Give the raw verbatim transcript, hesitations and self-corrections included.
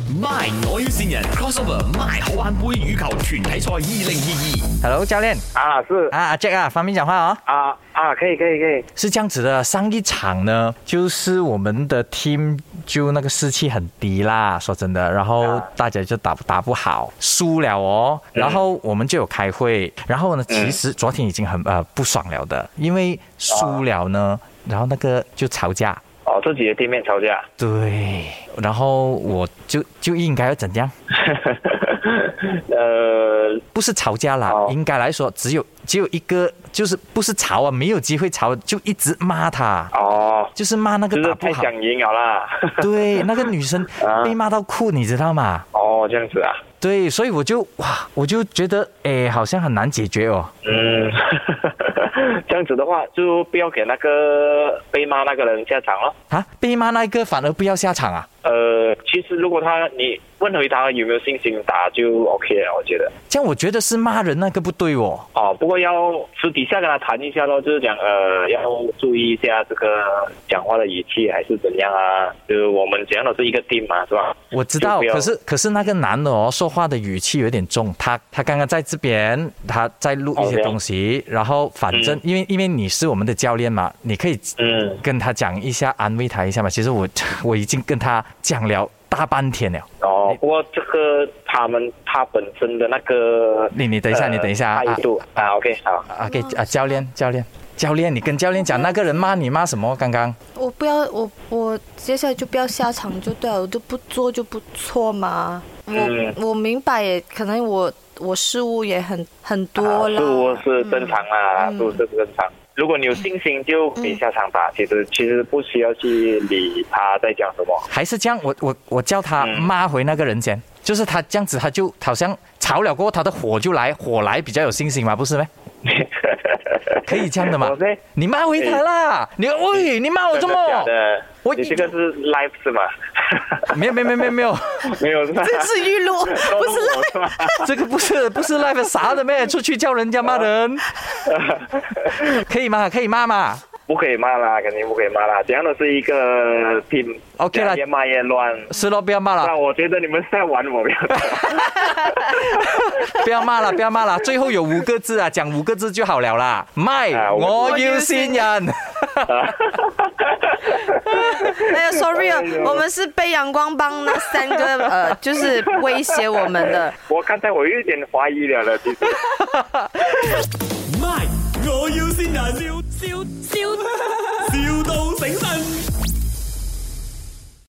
My 我要線人 crossover My 好玩杯羽球團體賽二零二二。 Hello， 教練啊，是啊，阿 Jack 啊，方便講話哦。 啊啊，可以可以可以。 是這樣子的，上一場呢，就是我們的 team 就那個士氣很低啦，說真的，然後大家就打打不好，輸了哦。然後我們就有開會，然後呢，其實昨天已經很呃不爽了的，因為輸了呢，然後那個就吵架。 哦，自己的店面吵架。 對，然後我就就應該要怎樣？ 呃， 不是吵架啦， 哦、 應該來說只有只有一個，就是不是吵啊，沒有機會吵，就一直罵他。 哦， 就是罵那個打不好。 就是太想贏了啦。 對，那個女生被罵到哭，你知道嗎？ 哦，這樣子啊。 對，所以我就哇，我就覺得誒，好像很難解決哦。 嗯，這樣子的話，就不要給那個被罵那個人下場咯。 啊，被罵那個反而不要下場啊？ 呃，其實如果他你問回他有沒有信心打就 OK 了，我覺得。 這樣我覺得是罵人那個不對哦。 哦，不過要私底下跟他談一下咯，就是講呃要注意一下這個講話的語氣還是怎樣啊？就是我們怎樣都是一個 team 嘛，是吧？ 我知道，可是可是那個男的哦，說話的語氣有點重。他他剛剛在這邊，他在錄一些東西， okay. 然後反正、嗯、因為因為你是我們的教練嘛，你可以嗯跟他講一下，安慰他一下嘛。其實我我已經跟他講了大半天了。 哦，不過這個他們他本身的那個， 你你等一下，呃、你等一下態度啊，啊 ，OK 好 ，OK 啊，教練教練教練，你跟教練講那個人罵你罵什麼？剛剛我不要我我接下來就不要下場就對了，我就不做就不錯嘛。我、嗯、我明白也，可能我我失誤也很很多啦。失誤是正常啦，失誤是正常。如果你有信心就可以下場打，嗯、其實其實不需要去理他在講什麼。 還是這樣，我我我叫他罵回那個人先，嗯、就是他這樣子，他就好像吵了過後，他的火就來，火來比較有信心嘛，不是咩？可以這樣的嘛？你罵回他啦！你喂，你罵我做麼？我你這個是 live 是嗎？ 沒有沒有沒有沒有沒有沒有是吧？ 這是預錄，不是 live。 這個不是不是 live 啥的咩？出去叫人家罵人，可以嗎？可以罵嗎？ 不可以罵啦，肯定不可以罵啦。這樣的是一個 team。OK 啦，越罵越亂。 是咯，不要罵了。 那我覺得你們是在玩我，不要。 不要罵了，不要罵了。最後有五個字啊，講五個字就好了啦。My，、啊、我要線人。 哎呀 ，sorry 啊，我們是被陽光幫那三個呃，就是威脅我們的。 我剛才我有點懷疑了了，其實。 My，我要線人，笑笑笑。